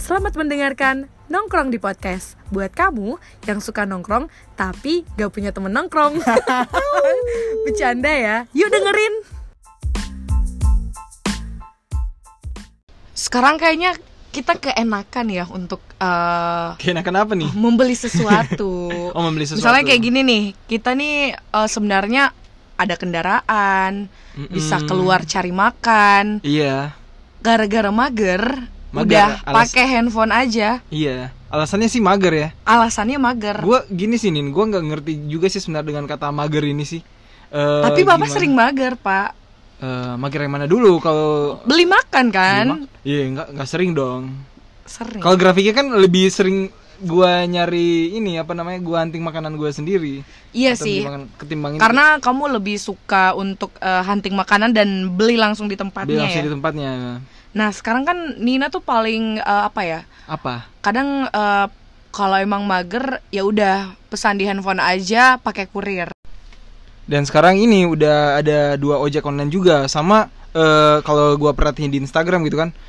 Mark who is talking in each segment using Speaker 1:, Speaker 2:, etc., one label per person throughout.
Speaker 1: Selamat mendengarkan Nongkrong di Podcast. Buat kamu yang suka nongkrong tapi gak punya temen nongkrong. Bercanda ya, yuk dengerin. Sekarang kayaknya kita keenakan ya untuk
Speaker 2: keenakan apa nih?
Speaker 1: membeli sesuatu.
Speaker 2: Oh, membeli sesuatu.
Speaker 1: Misalnya kayak gini nih, kita nih sebenarnya ada kendaraan, bisa keluar cari makan.
Speaker 2: Iya.
Speaker 1: Gara-gara mager udah pakai handphone aja.
Speaker 2: Iya. Alasannya sih mager ya.
Speaker 1: Alasannya mager.
Speaker 2: Gue gini sih Nin, gue nggak ngerti juga sih sebenarnya dengan kata mager ini sih.
Speaker 1: Tapi bapak sering mager pak.
Speaker 2: Mager yang mana dulu? Kalau
Speaker 1: beli makan kan?
Speaker 2: Iya, nggak sering dong.
Speaker 1: Sering.
Speaker 2: Kalau grafiknya kan lebih sering gue nyari ini apa namanya, gue hunting makanan gue sendiri.
Speaker 1: Iya sih.
Speaker 2: Ketimbang
Speaker 1: karena kamu lebih suka untuk hunting makanan dan beli langsung di tempatnya.
Speaker 2: Beli langsung
Speaker 1: ya?
Speaker 2: di tempatnya.
Speaker 1: Nah sekarang kan Nina tuh paling apa ya?
Speaker 2: Apa?
Speaker 1: Kadang kalau emang mager ya udah pesan di handphone aja pakai kurir.
Speaker 2: Dan sekarang ini udah ada 2 ojek online juga sama kalau gue perhatiin di Instagram gitu kan,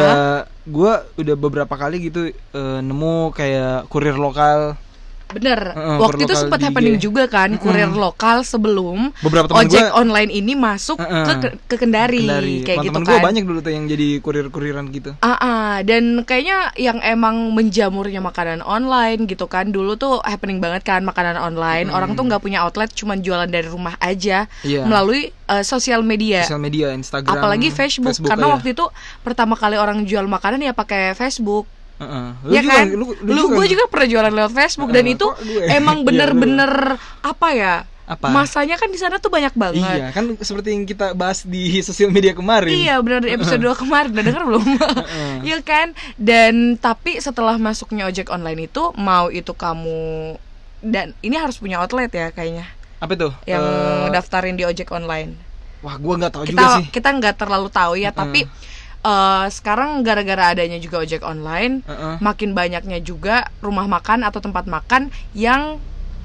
Speaker 2: gue udah beberapa kali gitu nemu kayak kurir lokal.
Speaker 1: Bener, waktu itu sempat happening juga kan, kurir lokal sebelum ojek online ini masuk ke Kendari kayak gitu kan.
Speaker 2: Teman-teman gue banyak dulu tuh yang jadi kurir-kuriran gitu.
Speaker 1: Dan kayaknya yang emang menjamurnya makanan online gitu kan, dulu tuh happening banget kan makanan online. Orang tuh nggak punya outlet, cuman jualan dari rumah aja melalui sosial media.
Speaker 2: Sosial media, Instagram,
Speaker 1: apalagi Facebook karena waktu itu pertama kali orang jual makanan ya pakai Facebook. Ya
Speaker 2: juga,
Speaker 1: kan,
Speaker 2: lu
Speaker 1: gue juga pernah jualan lewat Facebook dan itu emang bener-bener apa ya? Masanya kan di sana tuh banyak banget.
Speaker 2: Iya, kan seperti yang kita bahas di sosial media kemarin.
Speaker 1: Iya, benar di episode 2 kemarin. Udah denger belum? Iya kan? Dan tapi setelah masuknya ojek online itu, mau itu kamu, dan ini harus punya outlet ya kayaknya.
Speaker 2: Apa tuh?
Speaker 1: Yang daftarin di ojek online.
Speaker 2: Wah, gue nggak tahu juga sih.
Speaker 1: Kita nggak terlalu tahu ya, tapi sekarang gara-gara adanya juga ojek online, makin banyaknya juga rumah makan atau tempat makan yang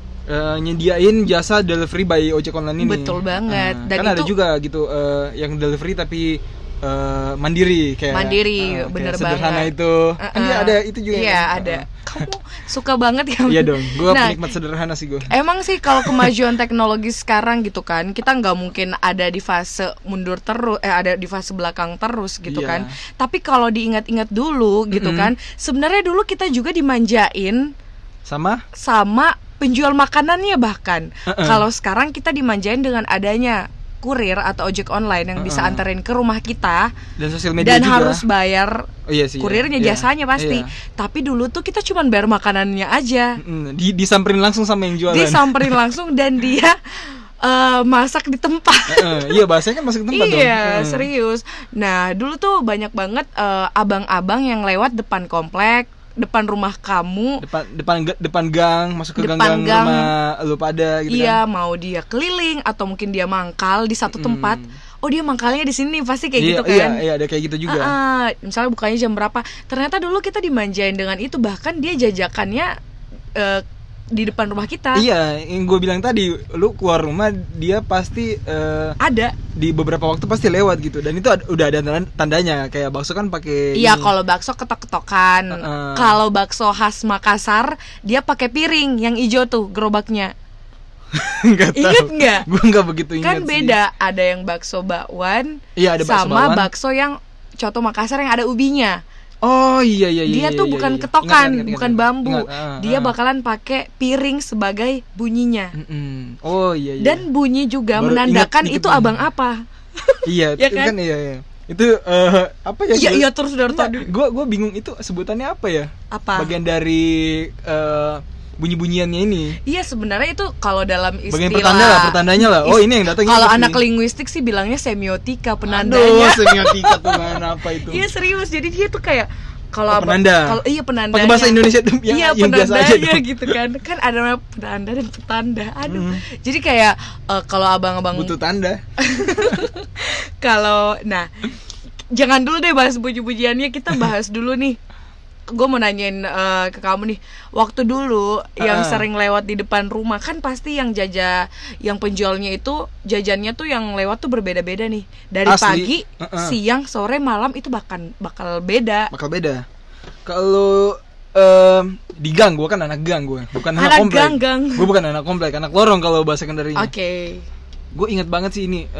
Speaker 2: nyediain jasa delivery by ojek online ini.
Speaker 1: Betul banget. Dan
Speaker 2: kan ada juga gitu yang delivery tapi mandiri kayak
Speaker 1: bener
Speaker 2: kayak sederhana
Speaker 1: banget
Speaker 2: itu. Kan ada itu juga.
Speaker 1: Iya, ada. Kamu suka banget ya?
Speaker 2: Iya dong, gue penikmat sederhana sih gue.
Speaker 1: Emang sih kalau kemajuan teknologi sekarang gitu kan, kita nggak mungkin ada di fase mundur terus, ada di fase belakang terus gitu kan. Tapi kalau diingat-ingat dulu gitu kan, sebenarnya dulu kita juga dimanjain sama penjual makanannya bahkan. Kalau sekarang kita dimanjain dengan adanya kurir atau ojek online yang bisa anterin ke rumah kita
Speaker 2: dan sosial media
Speaker 1: dan
Speaker 2: juga.
Speaker 1: harus bayar kurirnya, jasanya pasti. Tapi dulu tuh kita cuma bayar makanannya aja.
Speaker 2: Disamperin langsung sama yang jualan.
Speaker 1: Disamperin langsung dan dia masak di tempat.
Speaker 2: Iya, bahasanya kan masak di tempat dong.
Speaker 1: Iya, serius. Nah, dulu tuh banyak banget abang-abang yang lewat depan komplek, depan rumah kamu,
Speaker 2: depan gang, masuk ke gang rumah lu pada gitu.
Speaker 1: Iya,
Speaker 2: kan.
Speaker 1: mau dia keliling atau mungkin dia mangkal di satu tempat. Oh, dia mangkalnya di sini pasti kayak gitu kan.
Speaker 2: Iya, ada kayak gitu juga.
Speaker 1: Misalnya bukanya jam berapa. Ternyata dulu kita dimanjain dengan itu, bahkan dia jajakannya di depan rumah kita.
Speaker 2: Iya, yang gue bilang tadi, lu keluar rumah dia pasti
Speaker 1: ada
Speaker 2: di beberapa waktu pasti lewat gitu. Dan itu udah ada tandanya, kayak bakso kan pakai.
Speaker 1: Iya, kalau bakso ketok-ketokan. Kalau bakso khas Makassar dia pakai piring yang hijau tuh gerobaknya. Ingat nggak?
Speaker 2: Gue nggak begitu ingat.
Speaker 1: Kan beda, ada yang bakso bakwan,
Speaker 2: ada
Speaker 1: sama bakso yang coto Makassar yang ada ubinya.
Speaker 2: Oh iya.
Speaker 1: Dia tuh bukan ketokan, bukan bambu. Dia bakalan pakai piring sebagai bunyinya.
Speaker 2: Oh iya.
Speaker 1: Dan bunyi juga baru menandakan itu abang apa.
Speaker 2: Iya, ya kan? Iya. Itu apa ya?
Speaker 1: Iya terus dari tadi.
Speaker 2: Gue bingung itu sebutannya apa ya?
Speaker 1: Apa?
Speaker 2: Bagian dari bunyi-bunyiannya ini.
Speaker 1: Iya, sebenarnya itu kalau dalam istilah
Speaker 2: bagian pertandanya lah. Oh, ini yang datang.
Speaker 1: Kalau anak linguistik sih bilangnya semiotika, penandanya.
Speaker 2: Semiotika tuh mana apa itu?
Speaker 1: Iya, serius. Jadi dia tuh kayak kalau
Speaker 2: penanda.
Speaker 1: Penandanya.
Speaker 2: Pakai bahasa Indonesia tuh yang biasa aja
Speaker 1: gitu kan. Kan ada namanya penanda dan petanda. Aduh. Jadi kayak kalau abang-abang
Speaker 2: butuh tanda.
Speaker 1: Kalau jangan dulu deh bahas puji-pujiannya, kita bahas dulu nih. Gue mau nanyain ke kamu nih, waktu dulu yang sering lewat di depan rumah kan pasti yang penjualnya itu jajannya tuh yang lewat tuh berbeda-beda nih. Dari asli, pagi, siang, sore, malam itu bakal beda.
Speaker 2: Kalau di gang, gue kan anak gang, gue bukan anak komplek. Gue bukan anak komplek, anak lorong kalau bahasa Kendarinya.
Speaker 1: Oke.
Speaker 2: Gue ingat banget sih ini.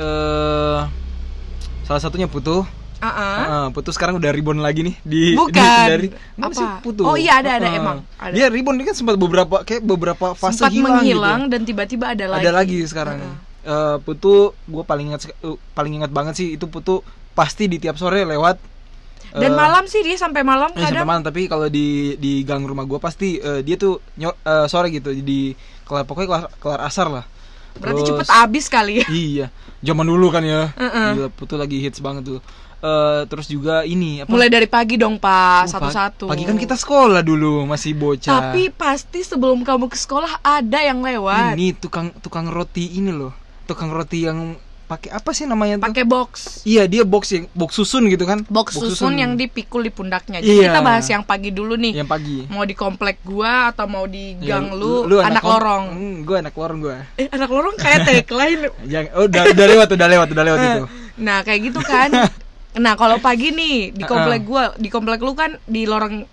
Speaker 2: Salah satunya Putu. Putu sekarang udah ribon lagi nih di
Speaker 1: Bukan.
Speaker 2: Apa? Putu.
Speaker 1: Oh iya ada emang. Ada.
Speaker 2: Dia ribon, dia kan sempat beberapa fase
Speaker 1: sempat
Speaker 2: hilang
Speaker 1: menghilang gitu. Dan tiba-tiba ada lagi.
Speaker 2: Ada lagi sekarang. Putu, gue paling ingat banget sih itu Putu pasti di tiap sore lewat.
Speaker 1: Dan malam sih dia sampai malam kadang.
Speaker 2: Sampai malam, tapi kalau di gang rumah gue pasti dia tuh sore gitu, jadi pokoknya kelar asar lah.
Speaker 1: Berarti cepet abis kali ya.
Speaker 2: Iya, zaman dulu kan ya. Gila, Putu lagi hits banget tuh. Terus juga ini apa?
Speaker 1: Mulai dari pagi dong Pak, satu-satu.
Speaker 2: Pagi kan kita sekolah dulu, masih bocah.
Speaker 1: Tapi pasti sebelum kamu ke sekolah ada yang lewat.
Speaker 2: Ini tukang roti ini loh. Tukang roti yang pakai apa sih namanya tuh?
Speaker 1: Pakai box.
Speaker 2: Iya, dia box susun gitu kan.
Speaker 1: Box susun yang dipikul di pundaknya. Jadi kita bahas yang pagi dulu nih.
Speaker 2: Yang pagi.
Speaker 1: Mau di komplek gua atau mau di gang lu anak lorong.
Speaker 2: Gua anak lorong gua.
Speaker 1: Anak lorong kayak tagline.
Speaker 2: Udah lewat itu.
Speaker 1: Nah, kayak gitu kan. Nah, kalau pagi nih di komplek gua, di komplek lu kan di lorong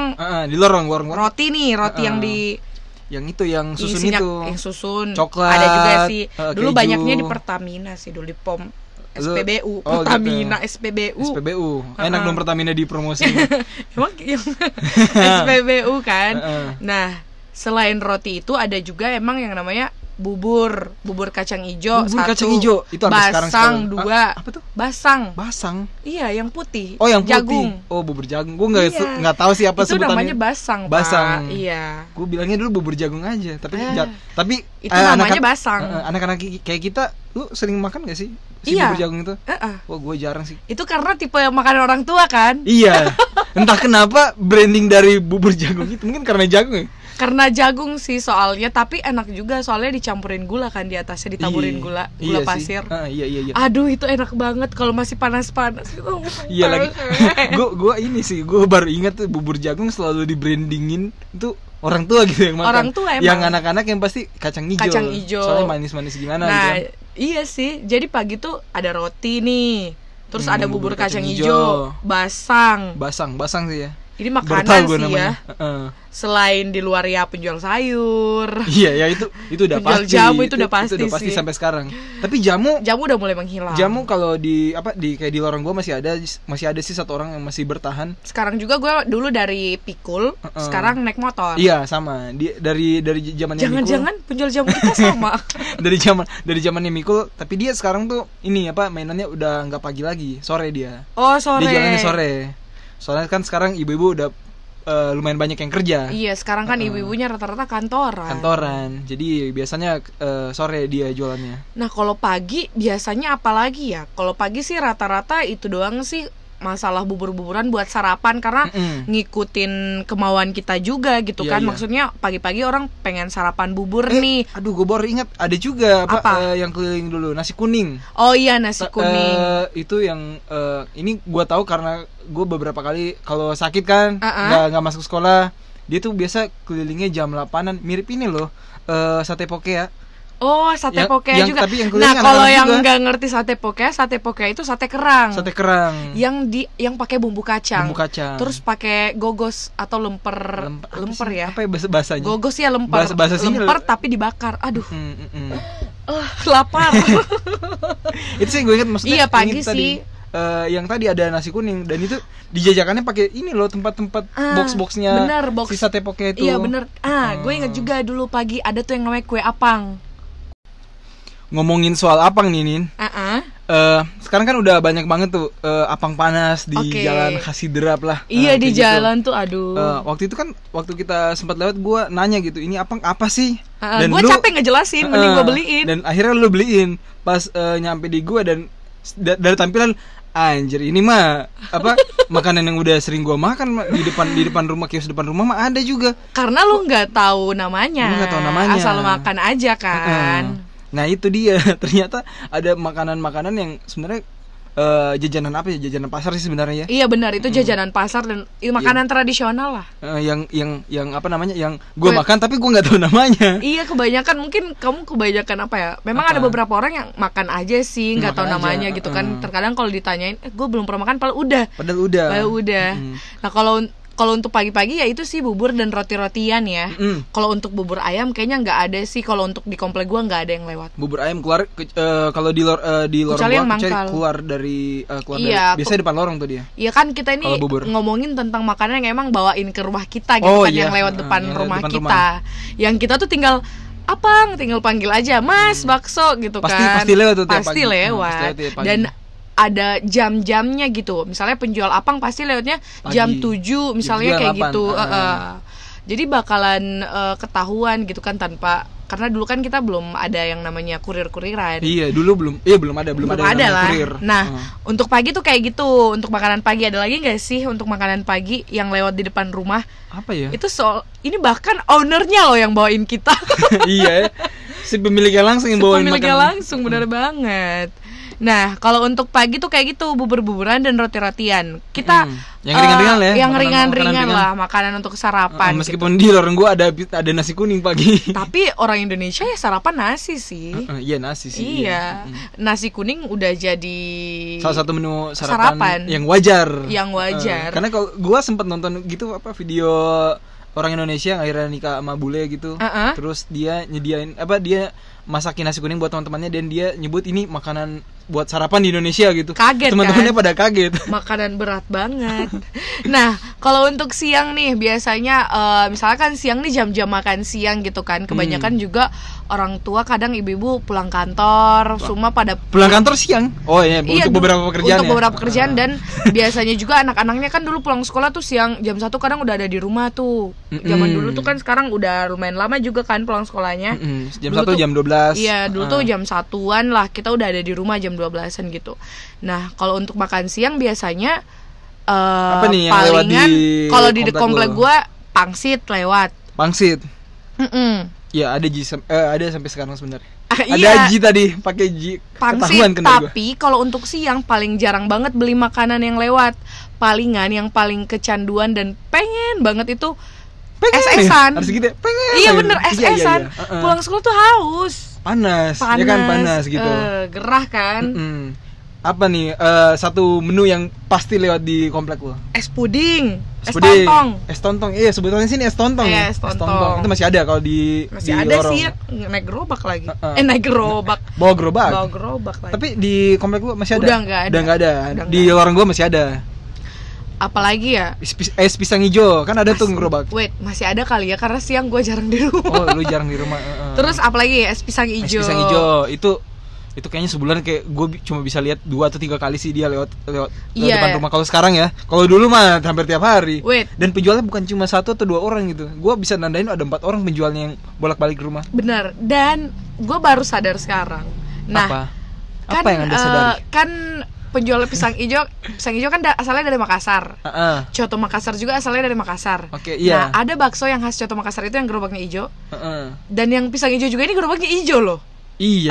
Speaker 1: roti nih, roti yang di
Speaker 2: yang susun itu.
Speaker 1: Yang susun.
Speaker 2: Coklat.
Speaker 1: Ada juga sih. Dulu
Speaker 2: keju.
Speaker 1: banyaknya di Pertamina sih, dulu di POM SPBU. Pertamina gitu. SPBU.
Speaker 2: Enak dong Pertamina di promosi.
Speaker 1: Emang yang SPBU kan. Nah, selain roti itu ada juga emang yang namanya bubur kacang hijau.
Speaker 2: Bubur kacang hijau itu
Speaker 1: basang 2.
Speaker 2: Apa tuh?
Speaker 1: Basang. Iya, yang putih.
Speaker 2: Oh, yang putih.
Speaker 1: Jagung.
Speaker 2: Oh, bubur jagung. Gue nggak tahu sih apa
Speaker 1: itu
Speaker 2: sebutannya.
Speaker 1: Itu namanya basang.
Speaker 2: Basang.
Speaker 1: Pak. Iya.
Speaker 2: Gue bilangnya dulu bubur jagung aja, tapi
Speaker 1: itu namanya basang.
Speaker 2: Anak-anak kayak kita, lu sering makan gak sih? Bubur jagung itu? Wah, gue jarang sih.
Speaker 1: Itu karena tipe makanan orang tua kan?
Speaker 2: Iya. Entah kenapa branding dari bubur jagung itu, mungkin karena jagung ya?
Speaker 1: Karena jagung sih soalnya, tapi enak juga soalnya dicampurin gula kan di atasnya, ditaburin gula pasir.
Speaker 2: Iya.
Speaker 1: Aduh, itu enak banget kalau masih panas-panas gitu.
Speaker 2: Iya lagi. Gue baru ingat tuh bubur jagung selalu di-brandingin itu orang tua gitu yang makan.
Speaker 1: Orang tua emang.
Speaker 2: Yang anak-anak yang pasti kacang hijau. Soalnya manis-manis gimana gitu.
Speaker 1: Nah, iya sih. Jadi pagi tuh ada roti nih. Terus ada bubur kacang hijau, basang
Speaker 2: sih ya.
Speaker 1: Ini makanan sih
Speaker 2: namanya.
Speaker 1: Ya. Selain di luar ya penjual sayur.
Speaker 2: Iya, ya itu udah
Speaker 1: penjual
Speaker 2: pasti.
Speaker 1: Jamu itu udah pasti
Speaker 2: itu udah pasti sampai sekarang. Tapi jamu
Speaker 1: udah mulai menghilang.
Speaker 2: Jamu kalau kayak di lorong gua masih ada sih satu orang yang masih bertahan.
Speaker 1: Sekarang juga gua dulu dari pikul, sekarang naik motor.
Speaker 2: Iya, sama. Dari zamannya Mikul.
Speaker 1: Jangan penjual jamu kita sama.
Speaker 2: dari zamannya Mikul, tapi dia sekarang tuh mainannya udah nggak pagi lagi, sore dia.
Speaker 1: Oh, sore.
Speaker 2: Dia jualannya sore. Soalnya kan sekarang ibu-ibu udah lumayan banyak yang kerja.
Speaker 1: Iya, sekarang kan ibu-ibunya rata-rata kantoran. Jadi biasanya sore dia jualannya. Nah, kalau pagi biasanya apa lagi ya? Kalau pagi sih rata-rata itu doang sih, masalah bubur-buburan buat sarapan karena ngikutin kemauan kita juga gitu kan. Maksudnya pagi-pagi orang pengen sarapan bubur nih.
Speaker 2: Aduh, gue baru ingat ada juga yang keliling dulu, nasi kuning.
Speaker 1: Oh iya, nasi kuning.
Speaker 2: Itu yang ini gue tahu karena gue beberapa kali kalau sakit kan nggak masuk sekolah, dia tuh biasa kelilingnya jam 8-an, mirip ini loh, sate poke ya.
Speaker 1: Oh, sate pokea juga.
Speaker 2: Nah,
Speaker 1: kalau yang nggak ngerti sate pokea itu sate kerang.
Speaker 2: Sate kerang.
Speaker 1: Yang pakai bumbu kacang.
Speaker 2: Terus
Speaker 1: pakai gogos atau lemper ya.
Speaker 2: Apa ya bahasanya?
Speaker 1: Gogos ya lemper. Lemper tapi dibakar. Aduh. Lapar.
Speaker 2: Itu sih gue ingat maksudnya.
Speaker 1: Iya, pagi sih.
Speaker 2: Yang tadi ada nasi kuning dan itu dijajakannya pakai ini loh, tempat-tempat box-boxnya.
Speaker 1: Bener, box.
Speaker 2: Si sate pokea itu.
Speaker 1: Iya bener. Gue inget juga dulu pagi ada tuh yang namanya kue apang.
Speaker 2: Ngomongin soal apang nih, Nin. Sekarang kan udah banyak banget tuh apang panas di jalan Hasidrap lah.
Speaker 1: Iya, di jalan tuh, aduh.
Speaker 2: Waktu itu kan, waktu kita sempat lewat, gue nanya gitu, ini apang apa sih?
Speaker 1: Dan gue capek ngejelasin, mending gue beliin.
Speaker 2: Dan akhirnya lu beliin. Pas nyampe di gue dan dari tampilan, anjir, ini mah makanan yang udah sering gue makan di depan rumah, kios depan rumah mah ada juga.
Speaker 1: Karena lu nggak tahu namanya. Asal makan aja kan.
Speaker 2: Nah itu dia, ternyata ada makanan-makanan yang sebenarnya jajanan apa ya, jajanan pasar sih sebenarnya ya. Iya
Speaker 1: benar, itu jajanan pasar dan makanan tradisional lah.
Speaker 2: Yang apa namanya, yang gue makan tapi gue nggak tahu namanya.
Speaker 1: Iya, kebanyakan mungkin kamu kebanyakan apa ya? Memang ada beberapa orang yang makan aja sih, nggak tahu namanya gitu kan. Terkadang kalau ditanyain, gue belum pernah makan, padahal udah.
Speaker 2: Padahal udah.
Speaker 1: Nah kalau untuk pagi-pagi ya itu sih bubur dan roti-rotian ya. Kalau untuk bubur ayam kayaknya nggak ada sih. Kalau untuk di komplek gua nggak ada yang lewat.
Speaker 2: Bubur ayam keluar kalau di lorong gua keluar dari biasanya depan lorong tuh dia.
Speaker 1: Iya kan kita ini ngomongin tentang makanan yang emang bawain ke rumah kita gitu yang lewat depan rumah kita. Yang kita tuh tinggal panggil aja Mas bakso gitu kan.
Speaker 2: Pasti lewat tuh tiap
Speaker 1: pasti
Speaker 2: pagi.
Speaker 1: Lewat. Dan ada jam-jamnya gitu. Misalnya penjual apang pasti lewatnya jam 7 misalnya kayak 8. Gitu. Jadi bakalan ketahuan gitu kan karena dulu kan kita belum ada yang namanya kurir-kuriran.
Speaker 2: Iya, dulu belum ada
Speaker 1: lah.
Speaker 2: Kurir.
Speaker 1: Nah, untuk pagi tuh kayak gitu. Untuk makanan pagi ada lagi nggak sih untuk makanan pagi yang lewat di depan rumah?
Speaker 2: Apa ya?
Speaker 1: Itu ini bahkan ownernya loh yang bawain kita.
Speaker 2: Iya. Si pemiliknya langsung yang bawain makanan.
Speaker 1: Pemiliknya langsung, benar banget. Nah, kalau untuk pagi tuh kayak gitu, bubur-buburan dan roti-rotian. Kita
Speaker 2: yang ringan-ringan ya.
Speaker 1: Yang ringan-ringan lah, makanan untuk sarapan.
Speaker 2: Meskipun gitu. Di lorong gua ada nasi kuning pagi.
Speaker 1: Tapi orang Indonesia ya sarapan nasi sih.
Speaker 2: Iya, nasi sih.
Speaker 1: Iya. Nasi kuning udah jadi
Speaker 2: salah satu menu sarapan yang wajar.
Speaker 1: Karena
Speaker 2: kalau gua sempet nonton gitu video orang Indonesia yang akhirnya nikah sama bule gitu. Terus dia nyediain dia masakin nasi kuning buat teman-temannya dan dia nyebut ini makanan buat sarapan di Indonesia gitu.
Speaker 1: Kaget
Speaker 2: teman-temannya
Speaker 1: kan?
Speaker 2: Pada kaget.
Speaker 1: Makanan berat banget. Nah, kalau untuk siang nih biasanya misalkan siang nih jam-jam makan siang gitu kan. Kebanyakan juga orang tua kadang ibu-ibu pulang kantor, semua pada
Speaker 2: pulang kantor siang. Oh iya, untuk beberapa pekerjaan.
Speaker 1: Untuk beberapa pekerjaan dan biasanya juga anak-anaknya kan dulu pulang sekolah tuh siang jam 1 kadang udah ada di rumah tuh. Zaman dulu tuh kan sekarang udah lumayan lama juga kan pulang sekolahnya.
Speaker 2: Jam 1 jam 12.
Speaker 1: Iya, dulu tuh jam 1-an lah kita udah ada di rumah jam 12-an gitu. Nah, kalau untuk makan siang biasanya
Speaker 2: apa nih yang
Speaker 1: palingan kalau di komplek gua pangsit lewat.
Speaker 2: Pangsit. Ya ada ada sampai sekarang sebenarnya. Ada
Speaker 1: iya.
Speaker 2: Ji tadi pakai Ji.
Speaker 1: Pangsit, tapi kalau untuk siang paling jarang banget beli makanan yang lewat. Palingan yang paling kecanduan dan pengen banget itu es-esan.
Speaker 2: Harus gitu. Pengen.
Speaker 1: Iya bener, es-esan. Iya. Pulang sekolah tuh haus.
Speaker 2: Panas. Ya kan panas gitu.
Speaker 1: Gerah kan.
Speaker 2: Apa nih satu menu yang pasti lewat di komplek lo?
Speaker 1: Es puding. Tontong.
Speaker 2: Es tontong. Iya, sebetulnya sini es tontong.
Speaker 1: Iya, es tontong.
Speaker 2: Itu masih ada kalau di
Speaker 1: ada
Speaker 2: lorong.
Speaker 1: sih, naik gerobak lagi. Naik gerobak.
Speaker 2: Bawa gerobak lagi. Tapi di komplek gua masih ada.
Speaker 1: Udah enggak ada.
Speaker 2: Di lorong gua masih ada.
Speaker 1: Apalagi ya?
Speaker 2: Es pisang hijau, kan ada tuh gerobak.
Speaker 1: Wait, masih ada kali ya karena siang gue jarang di rumah.
Speaker 2: Oh, lu jarang di rumah.
Speaker 1: Terus apalagi ya? Es pisang hijau.
Speaker 2: Es pisang hijau itu kayaknya sebulan kayak gue cuma bisa lihat 2 atau 3 kali sih dia lewat depan rumah. Kalau sekarang ya, kalau dulu mah hampir tiap hari.
Speaker 1: Wait.
Speaker 2: Dan penjualnya bukan cuma 1 atau 2 orang gitu. Gue bisa nandain ada 4 orang penjualnya yang bolak-balik ke rumah.
Speaker 1: Benar. Dan gue baru sadar sekarang. Nah,
Speaker 2: apa yang Anda sadari?
Speaker 1: Kan penjual pisang hijau kan asalnya dari Makassar. Coto Makassar juga asalnya dari Makassar.
Speaker 2: Oke, iya.
Speaker 1: Nah, ada bakso yang khas Coto Makassar itu yang gerobaknya hijau. Dan yang pisang hijau juga ini gerobaknya hijau loh.
Speaker 2: Iya.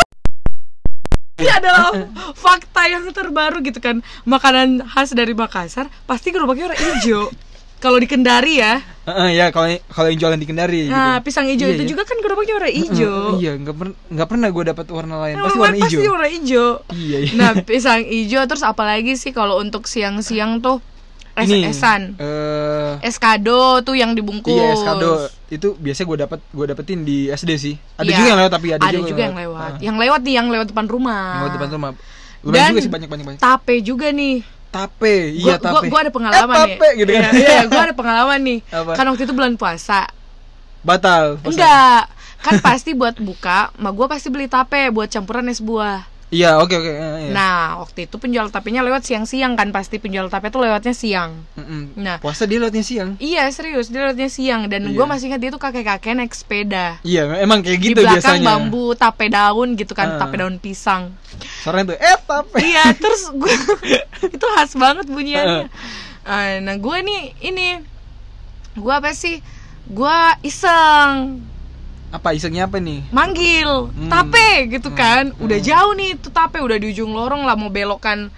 Speaker 1: Ini adalah fakta yang terbaru gitu kan. Makanan khas dari Makassar pasti gerobaknya warna hijau. Kalau di Kendari ya.
Speaker 2: Ya kalau yang jualan di Kendari.
Speaker 1: Nah,
Speaker 2: gitu.
Speaker 1: Pisang hijau itu juga kan gerobaknya warna hijau.
Speaker 2: Iya, nggak pernah gue dapat warna lain. Pasti warna hijau.
Speaker 1: Pasti warna hijau.
Speaker 2: Iya.
Speaker 1: Nah, pisang hijau terus apalagi sih kalau untuk siang-siang tuh es-esan. Eskado tuh yang dibungkus.
Speaker 2: Iya, eskado. Itu biasanya gue dapetin di SD sih. Ada juga yang lewat tapi ada juga
Speaker 1: yang lewat. Yang lewat nih yang lewat depan rumah.
Speaker 2: Lewat depan rumah. Lumayan juga sih banyak.
Speaker 1: Tape juga nih.
Speaker 2: Tape, iya tape.
Speaker 1: Gue ada pengalaman nih.
Speaker 2: Tape gitu kan.
Speaker 1: Iya, gue ada pengalaman nih.
Speaker 2: Apa?
Speaker 1: Kan waktu itu bulan puasa.
Speaker 2: Batal.
Speaker 1: Enggak. Kan pasti buat buka, gue pasti beli tape buat campuran es buah.
Speaker 2: Iya, oke. Iya.
Speaker 1: Nah, waktu itu penjual tapenya lewat siang-siang kan, pasti penjual tape tuh lewatnya siang.
Speaker 2: Nah, puasa dia lewatnya siang.
Speaker 1: Iya, serius, dia lewatnya siang dan gue masih ingat dia tuh kakek-kakek naik sepeda.
Speaker 2: Iya, emang kayak gitu
Speaker 1: biasanya. Di belakang
Speaker 2: biasanya.
Speaker 1: bambu, tape daun gitu kan, tape daun pisang.
Speaker 2: Suaranya tuh tape.
Speaker 1: Iya, terus gue itu khas banget bunyiannya. Nah, gue gue apa sih? Gue iseng.
Speaker 2: Apa isengnya apa nih?
Speaker 1: Manggil tape gitu kan. Udah jauh nih tuh tape, udah di ujung lorong lah, mau belokan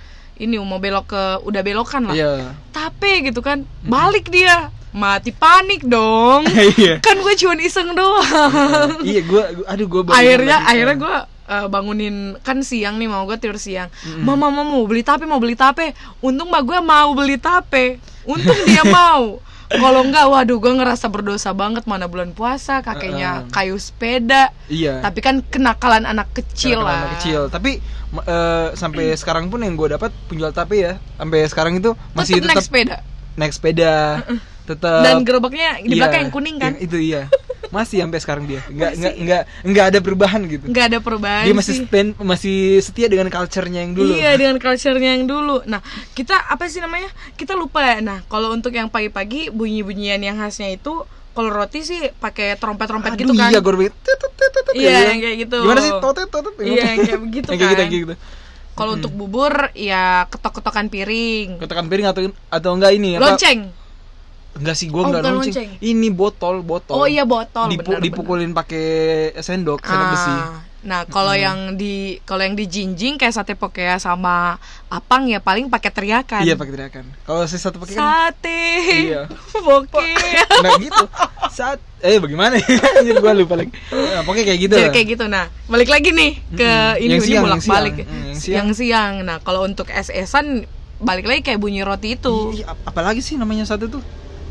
Speaker 1: udah belokan lah.
Speaker 2: Iya.
Speaker 1: Tape gitu kan. Balik dia. Mati panik dong. Kan gue cuma iseng doang.
Speaker 2: Iya, gue baru
Speaker 1: akhirnya gue bangunin kan siang nih, mau gue tidur siang. Mama mau beli tape. Untung mbak gue mau beli tape. Untung dia mau. Kalau enggak, waduh, gue ngerasa berdosa banget. Mana bulan puasa, kakeknya kayu sepeda.
Speaker 2: Iya.
Speaker 1: Tapi kan kenakalan anak kecil lah.
Speaker 2: Anak kecil. Tapi sampai sekarang pun yang gue dapat penjual tape ya, sampai sekarang itu masih tetap naik sepeda. Tetap.
Speaker 1: Dan gerobaknya di belakang yang kuning kan?
Speaker 2: Itu iya. Masih sampai sekarang dia. Enggak ada perubahan gitu.
Speaker 1: Enggak ada perubahan.
Speaker 2: Dia masih setia dengan culture-nya yang dulu.
Speaker 1: Iya, dengan culture-nya yang dulu. Nah, kita apa sih namanya? Kita lupa ya. Nah, kalau untuk yang pagi-pagi bunyi-bunyian yang khasnya itu, kalau roti sih pakai trompet-trompet gitu kan.
Speaker 2: Iya, gorbet.
Speaker 1: Iya, yang kayak gitu.
Speaker 2: Gimana sih? Totet.
Speaker 1: Iya, yang kayak begitu kan.
Speaker 2: Kayak gitu.
Speaker 1: Kalau untuk bubur ya ketok-ketokan piring.
Speaker 2: Ketokan piring atau enggak ini apa?
Speaker 1: Lonceng.
Speaker 2: Enggak sih, gua enggak lonceng. Ini botol.
Speaker 1: Oh iya, botol.
Speaker 2: Dipukulin pakai sendok besi.
Speaker 1: Nah, kalau yang dijinjing kayak sate pokea sama apang ya paling pakai teriakan.
Speaker 2: Iya, pakai teriakan. Kalau sate pokea kan
Speaker 1: sate.
Speaker 2: Iya.
Speaker 1: Pokea.
Speaker 2: Nah, gitu. Bagaimana ya? Anjir, gua lupa lagi. Nah, pokoknya kayak gitu.
Speaker 1: Jadi kayak gitu. Nah, balik lagi nih ke ini bolak-balik. Siang-siang. Nah, kalau untuk es-esan balik lagi kayak bunyi roti itu.
Speaker 2: Apalagi sih namanya satu tuh?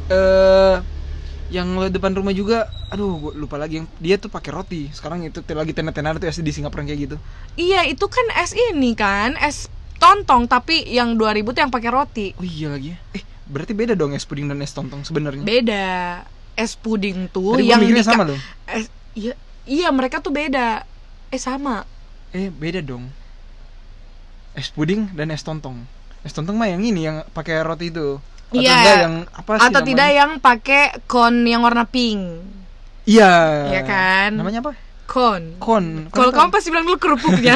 Speaker 2: Yang depan rumah juga, aduh gue lupa lagi, yang dia tuh pakai roti. Sekarang itu lagi tenar-tenar tuh es di Singapura kayak gitu.
Speaker 1: Iya, itu kan es ini kan, es tontong, tapi yang 2000 tuh yang pakai roti.
Speaker 2: Oh iya lagi. Berarti beda dong es puding dan es tontong sebenarnya.
Speaker 1: Beda. Es puding tuh
Speaker 2: tadi yang sama loh.
Speaker 1: Iya, mereka tuh beda. Sama.
Speaker 2: Beda dong. Es puding dan es tontong. Es tontong mah yang ini yang pakai roti itu.
Speaker 1: Iya.
Speaker 2: Atau
Speaker 1: tidak yang pakai kon yang warna pink.
Speaker 2: Iya.
Speaker 1: Iya kan?
Speaker 2: Namanya apa?
Speaker 1: Kon.
Speaker 2: Kalau
Speaker 1: kamu pasti bilang dulu kerupuknya.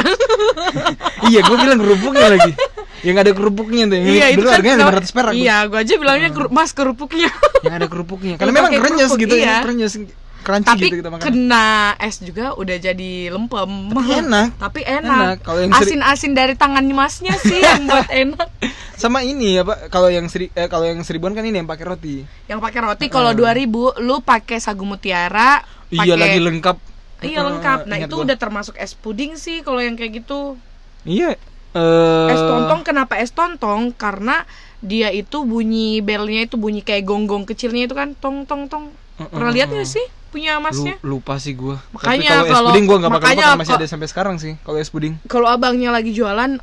Speaker 2: Iya, gue bilang kerupuknya lagi. Yang ada kerupuknya tuh.
Speaker 1: Iya, itu kan
Speaker 2: harganya 500 perak.
Speaker 1: Iya, gue aja bilangnya mas kerupuknya.
Speaker 2: Yang ada kerupuknya. Karena memang krenyes gitu ya. Krenyes. Crunchy
Speaker 1: tapi
Speaker 2: gitu kita makan.
Speaker 1: Kena es juga udah jadi lempem. Tapi enak.
Speaker 2: Kalau yang
Speaker 1: asin-asin dari tangan masnya sih yang buat enak.
Speaker 2: Sama ini apa? Kalau yang seribuan kan ini yang pakai roti.
Speaker 1: Yang pakai roti kalau 2000 lu pakai sagu mutiara.
Speaker 2: Iya, lagi lengkap.
Speaker 1: Iya, lengkap. Nah, itu udah termasuk es puding sih kalau yang kayak gitu.
Speaker 2: Iya.
Speaker 1: Es tontong, kenapa es tontong? Karena dia itu bunyi belnya itu bunyi kayak gonggong kecilnya itu kan, tong tong tong. Pernah lihat nggak sih punya masnya?
Speaker 2: Lupa sih gue.
Speaker 1: Makanya
Speaker 2: tapi kalau es puding gue nggak bakal lupa, masih ada sampai sekarang sih kalau es puding.
Speaker 1: Kalau abangnya lagi jualan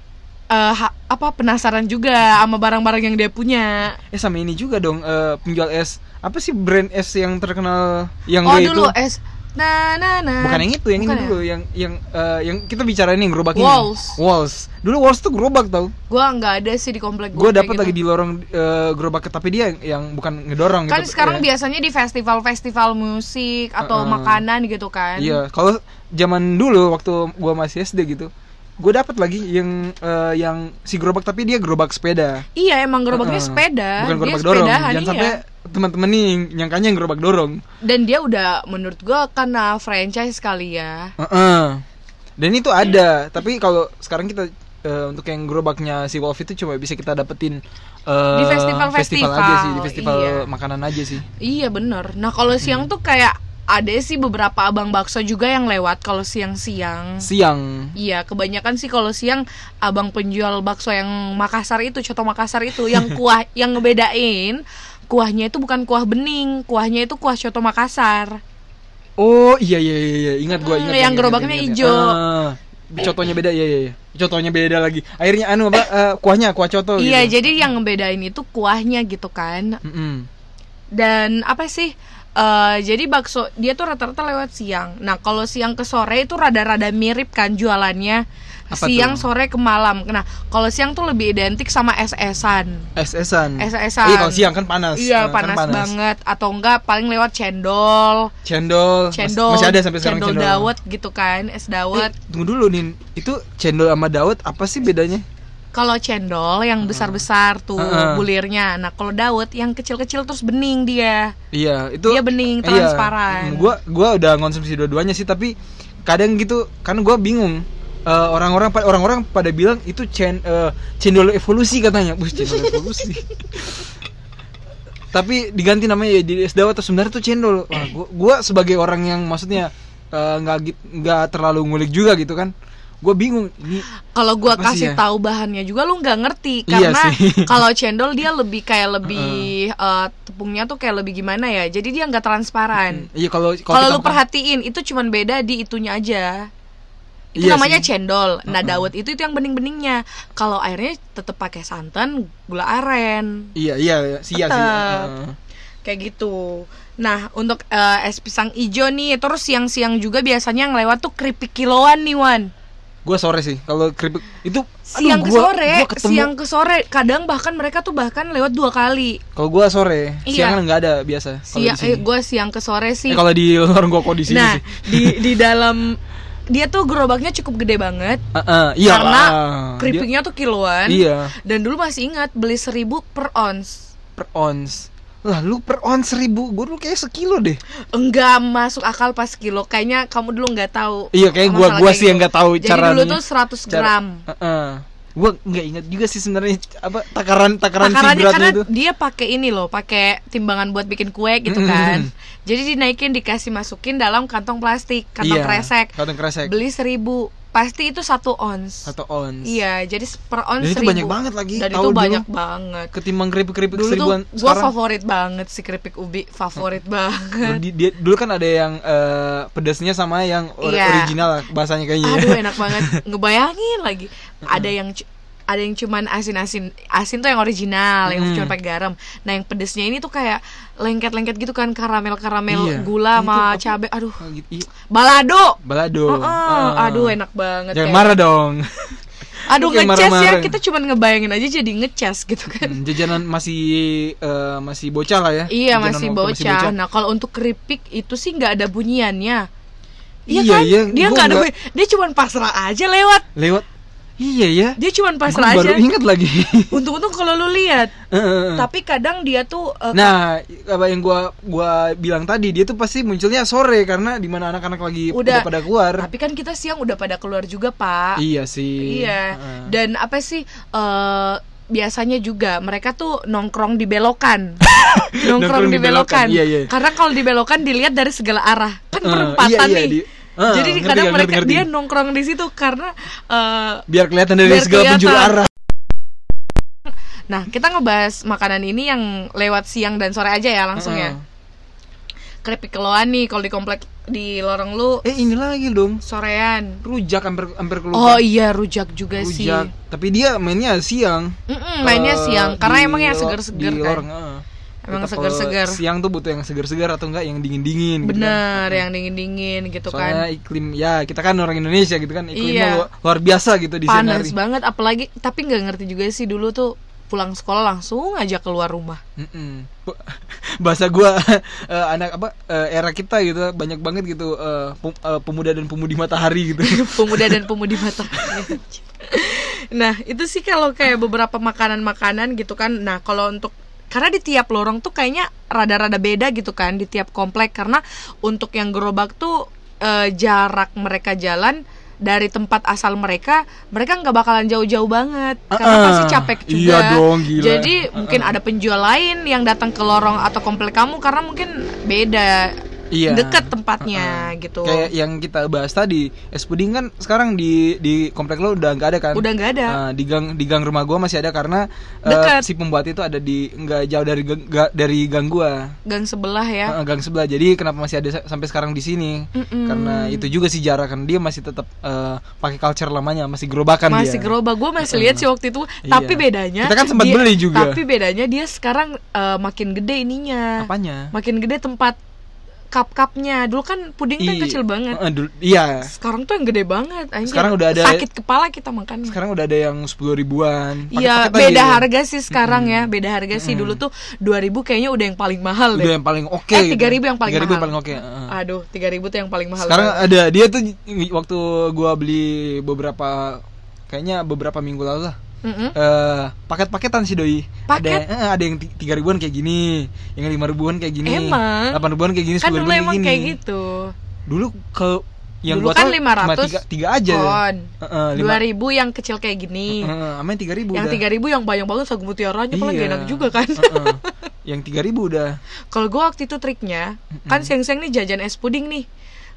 Speaker 1: penasaran juga sama barang-barang yang dia punya.
Speaker 2: Sama ini juga dong, penjual es. Apa sih brand es yang terkenal yang
Speaker 1: dulu
Speaker 2: itu?
Speaker 1: Es
Speaker 2: Bukan yang itu, yang ini dulu, yang kita bicara ini gerobak ini. Walls. Dulu Walls tuh gerobak tau.
Speaker 1: Gua nggak ada sih di komplek
Speaker 2: gua. Gua dapat lagi di lorong gerobak, tapi dia yang bukan ngedorong
Speaker 1: kan
Speaker 2: gitu.
Speaker 1: Sekarang biasanya di festival musik atau makanan gitu kan.
Speaker 2: Iya, kalau zaman dulu waktu gua masih SD gitu, gue dapat lagi yang si gerobak, tapi dia gerobak sepeda.
Speaker 1: Iya, emang gerobaknya sepeda.
Speaker 2: Bukan gerobak dorong. Jangan sampai teman-teman nih nyangkanya yang gerobak dorong.
Speaker 1: Dan dia udah menurut gue karena franchise kali ya.
Speaker 2: Dan itu ada, tapi kalau sekarang kita untuk yang gerobaknya si Wolf itu cuma bisa kita dapetin
Speaker 1: di festival
Speaker 2: aja sih, di festival makanan aja sih.
Speaker 1: Iya bener. Nah kalau siang tuh kayak ada sih beberapa abang bakso juga yang lewat kalau siang-siang. Iya, kebanyakan sih kalau siang abang penjual bakso yang Makassar itu, coto Makassar itu yang kuah yang ngebedain kuahnya itu bukan kuah bening, kuahnya itu kuah coto Makassar.
Speaker 2: Oh iya, ingat gua.
Speaker 1: Yang gerobaknya hijau.
Speaker 2: Cotonya beda, iya. Cotonya beda lagi. Akhirnya kuahnya kuah coto.
Speaker 1: Iya,
Speaker 2: gitu.
Speaker 1: jadi yang ngebedain itu kuahnya gitu kan. Dan apa sih? Jadi bakso dia tuh rata-rata lewat siang. Nah kalau siang ke sore itu rada-rada mirip kan jualannya.
Speaker 2: Apa
Speaker 1: siang
Speaker 2: tuh?
Speaker 1: Sore ke malam. Nah kalau siang tuh lebih identik sama es-esan.
Speaker 2: Iya, kalau siang kan panas.
Speaker 1: Iya, panas banget. Atau enggak paling lewat cendol.
Speaker 2: Masih ada sampai sekarang
Speaker 1: cendol dawet gitu kan, es dawet.
Speaker 2: Tunggu dulu Nin, itu cendol sama dawet apa sih bedanya?
Speaker 1: Kalau cendol yang besar-besar tuh bulirnya. Nah, kalau dawet yang kecil-kecil terus bening dia.
Speaker 2: Iya, itu.
Speaker 1: Dia bening, transparan.
Speaker 2: Gua udah konsumsi dua-duanya sih, tapi kadang gitu kan gua bingung. Orang-orang pada bilang itu cendol evolusi katanya. Cendol evolusi. Tapi diganti namanya ya jadi es dawet, atau sebenarnya tuh cendol. Wah, gua sebagai orang yang maksudnya nggak terlalu ngulik juga gitu kan. Gue bingung ini.
Speaker 1: Kalau gue kasih tahu bahannya juga lu nggak ngerti karena kalau cendol dia lebih kayak tepungnya tuh kayak lebih gimana ya, jadi dia nggak transparan.
Speaker 2: Iya, kalau
Speaker 1: lu perhatiin itu cuman beda di itunya aja. Itu namanya cendol. Nah dawet itu yang bening-beningnya. Kalau airnya tetap pakai santan, gula aren.
Speaker 2: Iya sih.
Speaker 1: Kayak gitu. Nah untuk es pisang ijo nih, terus siang-siang juga biasanya yang lewat tuh keripik kiloan nih Wan.
Speaker 2: Gue sore sih kalau keripik itu
Speaker 1: siang ke sore kadang bahkan mereka tuh lewat 2 kali.
Speaker 2: Kalau gue sore, siang nggak ada biasa.
Speaker 1: Gue siang ke sore sih.
Speaker 2: Kalau di luar gue kok di sini
Speaker 1: nah,
Speaker 2: sih.
Speaker 1: di dalam dia tuh gerobaknya cukup gede banget.
Speaker 2: Iya,
Speaker 1: karena keripiknya tuh kiloan.
Speaker 2: Iya.
Speaker 1: Dan dulu masih ingat beli 1.000 per ons.
Speaker 2: Lah lu per ons 1.000, gue dulu kayak sekilo deh.
Speaker 1: Enggak masuk akal pas kilo. Kayaknya kamu dulu nggak tahu.
Speaker 2: Iya, kayak gue sih yang nggak tahu cara.
Speaker 1: Jadi dulu tuh 100 gram.
Speaker 2: Gue nggak ingat juga sih sebenarnya apa takaran si beratnya
Speaker 1: karena
Speaker 2: itu.
Speaker 1: Dia pakai ini loh, pakai timbangan buat bikin kue gitu kan. Jadi dinaikin, dikasih masukin dalam kantong plastik, kantong kresek. Beli 1.000. Pasti itu 1 ons. Iya, jadi per ons 1.000.
Speaker 2: Dan itu banyak banget lagi.
Speaker 1: Dan itu banyak banget.
Speaker 2: Ketimbang keripik
Speaker 1: dulu
Speaker 2: seribuan.
Speaker 1: Dulu tuh gue favorit banget si keripik ubi, favorit banget.
Speaker 2: Dulu kan ada yang pedasnya sama yang original lah bahasanya kayaknya.
Speaker 1: Aduh enak banget. Ngebayangin lagi. Ada yang cuman asin tuh yang original, yang cuma pakai garam. Nah yang pedesnya ini tuh kayak lengket gitu kan, karamel gula sama cabai. Aduh, balado. Aduh enak banget.
Speaker 2: Jangan marah dong.
Speaker 1: Aduh ngecas ya, kita cuman ngebayangin aja jadi ngecas gitu kan.
Speaker 2: Jajanan masih bocah lah ya.
Speaker 1: Iya masih bocah. Nah kalau untuk keripik itu sih nggak ada bunyiannya. Iya kan? Dia nggak ada. Dia cuman pasrah aja lewat.
Speaker 2: Iya ya.
Speaker 1: Dia cuma pasrah aja.
Speaker 2: Baru ingat lagi.
Speaker 1: Untung kalau lu lihat. Tapi kadang dia tuh
Speaker 2: nah, apa yang gua bilang tadi, dia tuh pasti munculnya sore karena di mana anak-anak lagi udah pada keluar.
Speaker 1: Tapi kan kita siang udah pada keluar juga, Pak.
Speaker 2: Iya sih.
Speaker 1: Iya. Dan apa sih biasanya juga mereka tuh nongkrong di belokan. nongkrong di belokan.
Speaker 2: Iya.
Speaker 1: Karena kalau di belokan dilihat dari segala arah. Kan perempatan nih. Jadi kadang mereka dia nongkrong di situ karena
Speaker 2: biar kelihatan dari segala penjuru arah.
Speaker 1: Nah, kita ngebahas makanan ini yang lewat siang dan sore aja ya langsung ya. Keripik kiloan nih kalau di komplek di lorong lu.
Speaker 2: Ini lagi dong.
Speaker 1: Sorean.
Speaker 2: Rujak hampir keluar.
Speaker 1: Oh iya, rujak juga sih.
Speaker 2: Tapi dia mainnya siang.
Speaker 1: Mainnya siang karena emang yang segar-segar kan.
Speaker 2: Lorong,
Speaker 1: emang segar-segar.
Speaker 2: Siang tuh butuh yang segar-segar atau enggak yang dingin-dingin.
Speaker 1: Bener, gitu kan. Yang dingin-dingin gitu.
Speaker 2: Soalnya
Speaker 1: kan.
Speaker 2: Iklim ya kita kan orang Indonesia gitu kan, iklimnya luar biasa gitu di sini.
Speaker 1: Panas banget, apalagi tapi nggak ngerti juga sih dulu tuh pulang sekolah langsung aja keluar rumah.
Speaker 2: Bahasa gua era kita gitu banyak banget gitu pemuda dan pemudi matahari gitu.
Speaker 1: Pemuda dan pemudi matahari. Nah itu sih kalau kayak beberapa makanan gitu kan. Nah kalau untuk karena di tiap lorong tuh kayaknya rada-rada beda gitu kan di tiap komplek, karena untuk yang gerobak tuh jarak mereka jalan dari tempat asal mereka nggak bakalan jauh-jauh banget karena pasti capek juga.
Speaker 2: Iya dong, gila.
Speaker 1: Jadi mungkin ada penjual lain yang datang ke lorong atau komplek kamu karena mungkin beda. Dekat tempatnya gitu.
Speaker 2: Kayak yang kita bahas tadi, es puding kan sekarang di komplek lo udah nggak ada kan?
Speaker 1: Udah nggak ada.
Speaker 2: Di gang rumah gua masih ada karena si pembuat itu ada di nggak jauh dari gang gua.
Speaker 1: Gang sebelah ya.
Speaker 2: Gang sebelah. Jadi kenapa masih ada sampai sekarang di sini? Karena itu juga sih jarak kan, dia masih tetap pakai culture lamanya, masih gerobakan dia.
Speaker 1: Masih gerobak. Gua masih lihat sih waktu itu. Tapi bedanya
Speaker 2: kita kan sempat beli juga.
Speaker 1: Tapi bedanya dia sekarang makin gede ininya.
Speaker 2: Apanya?
Speaker 1: Makin gede tempat cup-cupnya. Dulu kan puding kan kecil banget.
Speaker 2: Iya.
Speaker 1: Sekarang tuh yang gede banget. Anjir.
Speaker 2: Sekarang udah ada.
Speaker 1: Sakit kepala kita makannya.
Speaker 2: Sekarang udah ada yang 10 ribuan.
Speaker 1: Iya, beda harga sih sekarang ya. Beda harga sih. Dulu tuh 2.000 kayaknya udah yang paling mahal deh.
Speaker 2: Udah yang paling oke.
Speaker 1: 3.000 yang paling mahal.
Speaker 2: 3.000 yang paling oke.
Speaker 1: Aduh, 3.000 tuh yang paling mahal.
Speaker 2: Sekarang ada dia tuh waktu gua beli kayaknya beberapa minggu lalu lah. Paket-paketan sih doi. Ada yang 3 ribuan kayak gini, yang 5 ribuan kayak gini,
Speaker 1: emang
Speaker 2: 8 ribuan kayak gini, 10 ribuan kayak gini.
Speaker 1: Kayak gitu.
Speaker 2: Dulu kalau yang
Speaker 1: dulu
Speaker 2: gua
Speaker 1: kan
Speaker 2: tahu
Speaker 1: 500
Speaker 2: tiga aja.
Speaker 1: 2.000 yang kecil kayak gini.
Speaker 2: Aman 3.000.
Speaker 1: Yang 3.000 yang banyak banget sagu mutiaranya paling enak juga kan.
Speaker 2: Yang 3.000 udah.
Speaker 1: Kalau gua waktu itu triknya, kan siang-siang nih jajan es puding nih.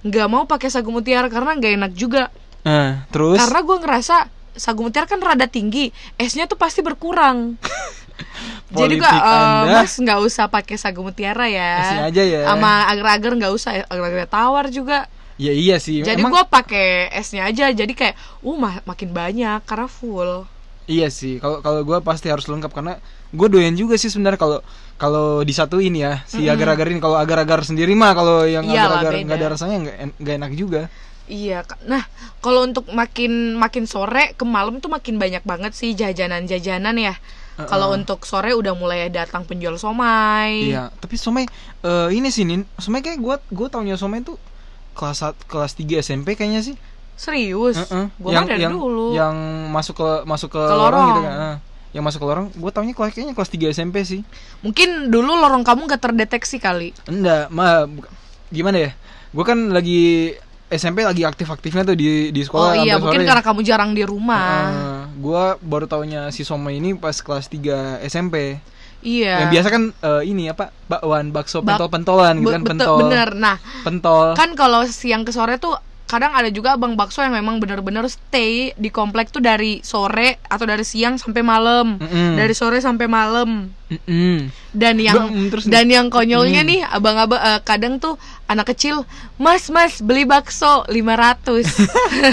Speaker 1: nggak mau pakai sagu mutiara karena nggak enak juga.
Speaker 2: Terus?
Speaker 1: Karena gue ngerasa sagu mutiara kan rada tinggi, esnya tuh pasti berkurang. Jadi gue Mas nggak usah pakai sagu mutiara ya.
Speaker 2: Esnya aja ya.
Speaker 1: Sama agar-agar nggak usah, agar-agar tawar juga.
Speaker 2: Ya iya sih.
Speaker 1: Jadi gue pakai esnya aja. Jadi kayak makin banyak karena full.
Speaker 2: Iya sih. Kalau gue pasti harus lengkap karena gue doyan juga sih sebenarnya kalau disatuin ya si agar-agar ini. Kalau agar-agar sendiri mah kalau yang agar-agar nggak ada rasanya nggak enak juga.
Speaker 1: Iya, nah kalau untuk makin sore ke malam tuh makin banyak banget sih jajanan ya. Kalau untuk sore udah mulai datang penjual somai.
Speaker 2: Iya, tapi somai ini sih Nin, somai kayak gue taunya somai tuh kelas 3 SMP kayaknya sih.
Speaker 1: Serius? Gue mah dari dulu.
Speaker 2: Yang masuk ke lorong gitu kan. Yang masuk ke lorong, gue taunya kayaknya kelas 3 SMP sih.
Speaker 1: Mungkin dulu lorong kamu gak terdeteksi kali.
Speaker 2: Enggak, gimana ya? Gue kan lagi SMP lagi aktif-aktifnya tuh di sekolah.
Speaker 1: Oh iya, mungkin sore. Karena kamu jarang di rumah.
Speaker 2: Gue baru taunya si somai ini pas kelas 3 SMP.
Speaker 1: Iya.
Speaker 2: Yang biasa kan ini apa? Bakwan, bakso pentol-pentolan gitu kan, pentol.
Speaker 1: Bener. Nah,
Speaker 2: pentol.
Speaker 1: Kan kalau siang ke sore tuh kadang ada juga abang bakso yang memang benar-benar stay di komplek tuh dari sore atau dari siang sampai malam. Dari sore sampai malam. Dan yang konyolnya nih abang-abang kadang tuh anak kecil, Mas beli bakso 500. 500.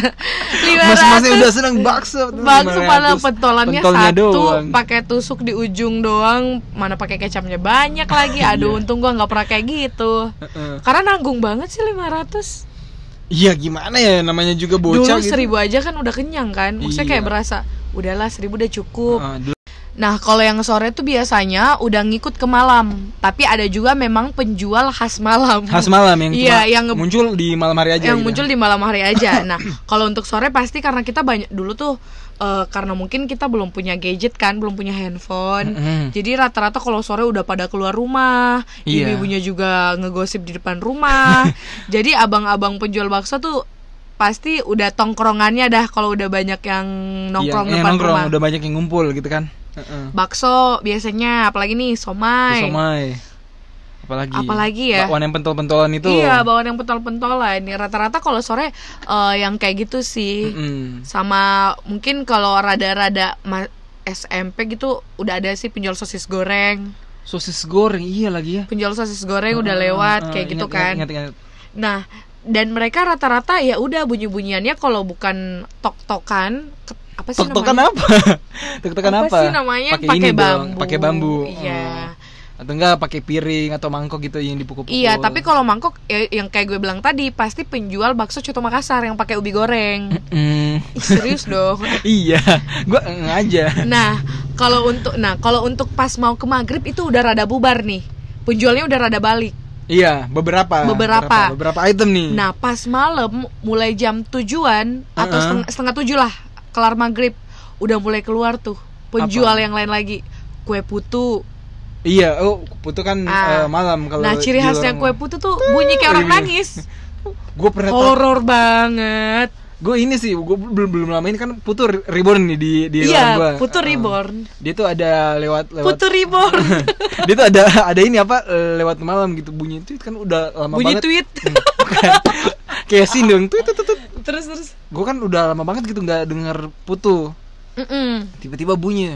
Speaker 2: Mas udah seneng bakso
Speaker 1: padahal pentolannya satu, pakai tusuk di ujung doang, mana pakai kecapnya banyak lagi. Aduh, untung gua nggak pernah kayak gitu. Karena nanggung banget sih 500.
Speaker 2: Iya, gimana ya, namanya juga bocah.
Speaker 1: Dulu gitu. 1000 aja kan udah kenyang kan. Maksudnya kayak berasa udahlah 1000 udah cukup. Nah, kalau yang sore tuh biasanya udah ngikut ke malam. Tapi ada juga memang penjual khas malam.
Speaker 2: Khas malam yang muncul di malam hari aja.
Speaker 1: Yang muncul di malam hari aja. Nah, kalau untuk sore pasti karena kita banyak dulu tuh karena mungkin kita belum punya gadget kan, belum punya handphone. Jadi rata-rata kalau sore udah pada keluar rumah. Ibu-ibunya juga ngegosip di depan rumah. Jadi abang-abang penjual bakso tuh pasti udah tongkrongannya dah kalau udah banyak yang nongkrong depan rumah.
Speaker 2: Udah banyak yang ngumpul gitu kan.
Speaker 1: Bakso biasanya, apalagi nih somai. Apalagi ya,
Speaker 2: bakwan yang pentol-pentolan itu.
Speaker 1: Iya, bakwan yang pentol-pentolan. Rata-rata kalau sore yang kayak gitu sih. Sama mungkin kalau rada-rada SMP gitu udah ada sih penjual sosis goreng.
Speaker 2: Sosis goreng, iya lagi ya.
Speaker 1: Penjual sosis goreng udah lewat kayak gitu kan.
Speaker 2: Ingat.
Speaker 1: Nah, dan mereka rata-rata ya udah bunyi-bunyiannya kalau bukan tok-tokan apa sih
Speaker 2: tok-tokan
Speaker 1: namanya?
Speaker 2: Tok-tokan apa?
Speaker 1: Apa sih namanya? Pakai bambu.
Speaker 2: Iya. Atau enggak pakai piring atau mangkok gitu yang dipukul-pukul.
Speaker 1: Iya, tapi kalau mangkok yang kayak gue bilang tadi pasti penjual bakso Coto Makassar yang pakai ubi goreng. Serius dong.
Speaker 2: Iya, gue aja.
Speaker 1: Nah, kalau untuk pas mau ke maghrib itu udah rada bubar nih. Penjualnya udah rada balik.
Speaker 2: Iya, beberapa item nih.
Speaker 1: Nah, pas malam mulai jam 7-an atau setengah 7 lah, kelar maghrib udah mulai keluar tuh penjual yang lain lagi. Kue putu.
Speaker 2: Iya, putu kan malam kalau.
Speaker 1: Nah, ciri khasnya kue putu tuh bunyi kayak orang nangis.
Speaker 2: Gue pernah
Speaker 1: horor banget.
Speaker 2: Gue ini sih, gue belum lama ini kan putu reborn nih di
Speaker 1: iya,
Speaker 2: gua.
Speaker 1: Putu reborn.
Speaker 2: Dia tuh ada lewat
Speaker 1: putu reborn.
Speaker 2: Dia tuh ada ini apa lewat malam gitu, bunyi tweet kan udah lama
Speaker 1: bunyi
Speaker 2: banget.
Speaker 1: Bunyi tweet.
Speaker 2: Kayak sindung tweet.
Speaker 1: Terus.
Speaker 2: Gue kan udah lama banget gitu nggak denger putu. Tiba-tiba bunyi.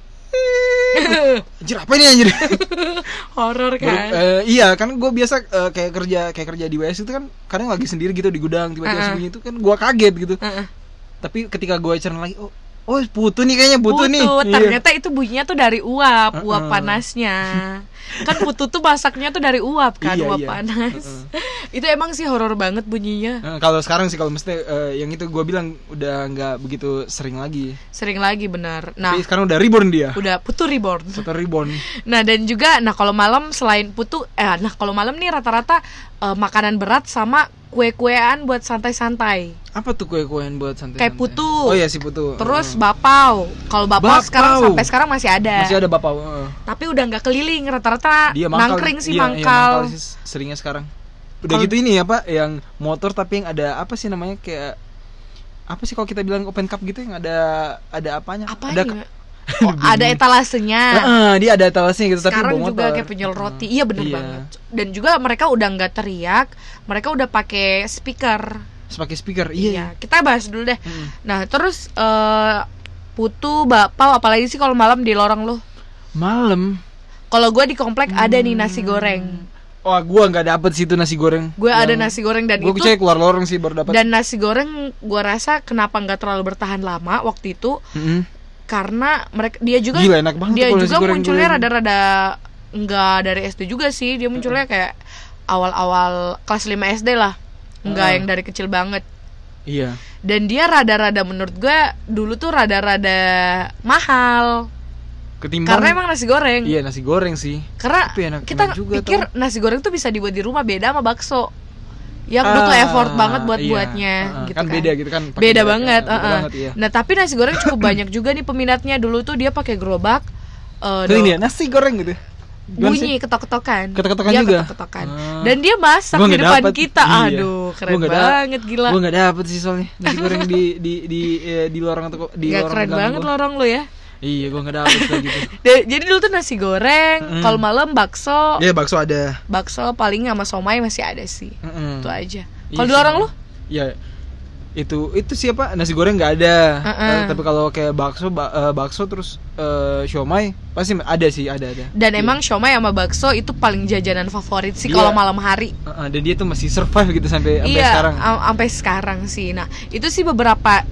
Speaker 2: Anjir, apa ini anjir?
Speaker 1: Horor kan?
Speaker 2: Iya, kan gue biasa kayak kerja di WS itu kan kadang lagi sendiri gitu di gudang, tiba-tiba bunyi itu kan gue kaget gitu. Tapi ketika gue cari lagi, oh putu nih kayaknya putu nih.
Speaker 1: Ternyata itu bunyinya tuh dari uap panasnya. Kan putu tuh masaknya tuh dari uap kan, uap panas. Itu emang sih horor banget bunyinya.
Speaker 2: Kalau sekarang sih kalau mesti yang itu gue bilang udah nggak begitu sering lagi.
Speaker 1: Sering lagi benar. Nah,
Speaker 2: tapi sekarang udah reborn dia.
Speaker 1: Udah putu reborn.
Speaker 2: Nah,
Speaker 1: dan juga kalau malam selain putu kalau malam nih rata-rata makanan berat sama kue-kuean buat santai-santai.
Speaker 2: Apa tuh kue-kuean buat santai-santai?
Speaker 1: Kayak putu.
Speaker 2: Oh iya, si putu.
Speaker 1: Terus bapau. Kalau bapau sampai sekarang masih ada.
Speaker 2: Masih ada bapau.
Speaker 1: Tapi udah nggak keliling, rata-rata nangkring sih,
Speaker 2: mangkal sih seringnya sekarang. Udah gitu ini apa yang motor tapi yang ada apa sih namanya, kayak apa sih kalau kita bilang open cup gitu yang ada apanya?
Speaker 1: Apanya? ada etalasenya.
Speaker 2: Dia ada etalasenya gitu.
Speaker 1: Sekarang
Speaker 2: tapi
Speaker 1: juga kayak penjual roti. Iya bener banget. Dan juga mereka udah nggak teriak, mereka udah pakai speaker.
Speaker 2: Iya.
Speaker 1: Kita bahas dulu deh. Nah terus putu, bakpao, apalagi sih kalau malam di lorong lu?
Speaker 2: Malam.
Speaker 1: Kalau gue di komplek ada nih nasi goreng.
Speaker 2: Oh, gue nggak dapet sih itu nasi goreng.
Speaker 1: Gue ada nasi goreng dan
Speaker 2: gua
Speaker 1: itu.
Speaker 2: Gue keluar lorong sih baru dapat.
Speaker 1: Dan nasi goreng gue rasa kenapa nggak terlalu bertahan lama waktu itu? Karena dia juga.
Speaker 2: Gila, enak banget.
Speaker 1: Dia juga munculnya rada-rada nggak dari SD juga sih. Dia munculnya kayak awal-awal kelas 5 SD lah. Nggak yang dari kecil banget.
Speaker 2: Iya.
Speaker 1: Dan dia rada-rada menurut gue dulu tuh rada-rada mahal.
Speaker 2: Ketimbang,
Speaker 1: karena emang nasi goreng.
Speaker 2: Iya nasi goreng sih.
Speaker 1: Karena kita juga pikir nasi goreng tuh bisa dibuat di rumah, beda sama bakso. Yang butuh effort banget buatnya gitu
Speaker 2: kan. Beda gitu kan.
Speaker 1: Beda banget.
Speaker 2: Banget, iya.
Speaker 1: Nah tapi nasi goreng cukup banyak juga nih peminatnya. Dulu tuh dia pakai gerobak.
Speaker 2: Ini ya nasi goreng gitu.
Speaker 1: Bunyi ketok-ketokan.
Speaker 2: Ketok-ketokan juga.
Speaker 1: Ketok-ketokan. Dan dia masak di depan kita. Aduh, keren banget gila.
Speaker 2: Gue nggak dapet sih soalnya nasi goreng di lorong atau di lorong.
Speaker 1: Keren banget lorong lu ya.
Speaker 2: Iya, gue nggak dapet kayak gitu.
Speaker 1: Jadi dulu tuh nasi goreng, kalau malam bakso.
Speaker 2: Iya, bakso ada.
Speaker 1: Bakso paling sama somai masih ada sih. Itu aja. Kalau di
Speaker 2: iya,
Speaker 1: orang lu?
Speaker 2: Iya. Itu siapa? Nasi goreng nggak ada. Tapi kalau kayak bakso terus siomay pasti ada sih, ada.
Speaker 1: Dan emang siomay sama bakso itu paling jajanan favorit sih kalau malam hari.
Speaker 2: Dan dia tuh masih survive gitu sampai sekarang. Iya,
Speaker 1: sampai sekarang sih. Nah, itu sih beberapa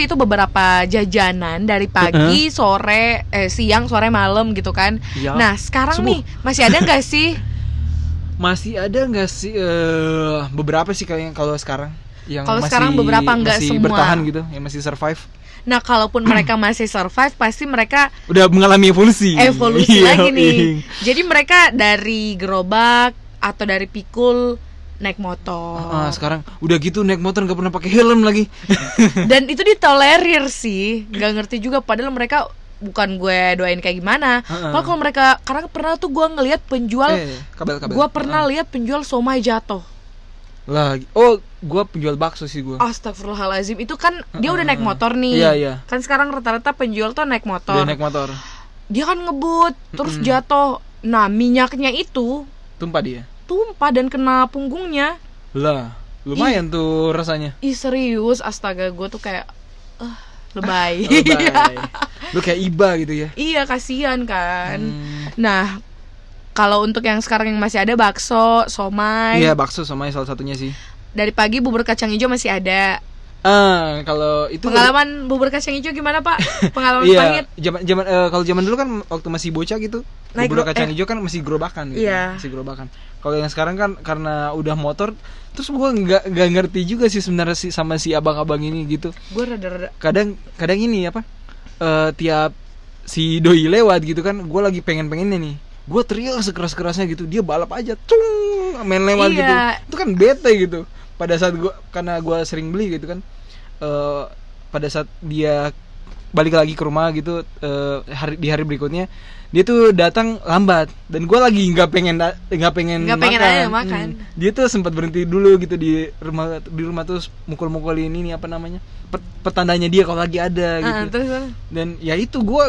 Speaker 1: jajanan dari pagi, sore, siang, sore, malam gitu kan. Ya. Nah, sekarang nih masih ada nggak sih?
Speaker 2: Masih ada nggak sih? Beberapa sih kayaknya kalau sekarang.
Speaker 1: Kalau sekarang beberapa nggak semua
Speaker 2: bertahan gitu, yang masih survive.
Speaker 1: Nah, kalaupun mereka masih survive, pasti mereka
Speaker 2: udah mengalami evolusi
Speaker 1: lagi nih. Jadi mereka dari gerobak atau dari pikul naik motor.
Speaker 2: Sekarang udah gitu naik motor nggak pernah pakai helm lagi.
Speaker 1: Dan itu ditolerir sih, nggak ngerti juga. Padahal mereka bukan gue doain kayak gimana. Kalau mereka, karena pernah tuh gue ngelihat penjual, gue pernah lihat penjual somai jatuh.
Speaker 2: Gue penjual bakso sih gue.
Speaker 1: Astagfirullahaladzim. Itu kan dia udah naik motor nih.
Speaker 2: Iya.
Speaker 1: Kan sekarang rata-rata penjual tuh naik motor. Dia kan ngebut, terus jatuh. Nah, minyaknya itu tumpah dan kena punggungnya.
Speaker 2: Lah, lumayan tuh rasanya.
Speaker 1: Serius, astaga, gue tuh kayak lebay.
Speaker 2: Lu kayak iba gitu ya.
Speaker 1: Iya, kasihan kan. Nah, kalau untuk yang sekarang yang masih ada bakso, somai.
Speaker 2: Iya, bakso, somai salah satunya sih.
Speaker 1: Dari pagi bubur kacang hijau masih ada.
Speaker 2: Kalau itu
Speaker 1: pengalaman bubur kacang hijau gimana, Pak? Pengalaman pahit.
Speaker 2: Kalau zaman dulu kan waktu masih bocah gitu, bubur kacang hijau kan masih gerobakan gitu.
Speaker 1: Iya.
Speaker 2: Masih gerobakan. Kalau yang sekarang kan karena udah motor, terus gue nggak ngerti juga sih sebenarnya sih sama si abang-abang ini gitu. Gue
Speaker 1: rada-rada
Speaker 2: kadang ini apa? Tiap si doi lewat gitu kan, gue lagi pengennya nih. Gue teriak sekeras-kerasnya gitu, dia balap aja, main lewat gitu. Itu kan bete gitu. Pada saat karena gue sering beli gitu kan, pada saat dia balik lagi ke rumah gitu, di hari berikutnya dia tuh datang lambat dan gue lagi nggak pengen makan. Dia tuh sempat berhenti dulu gitu di rumah tuh mukul-mukulin ini apa namanya, petandanya dia kalau lagi ada gitu. Dan ya itu gue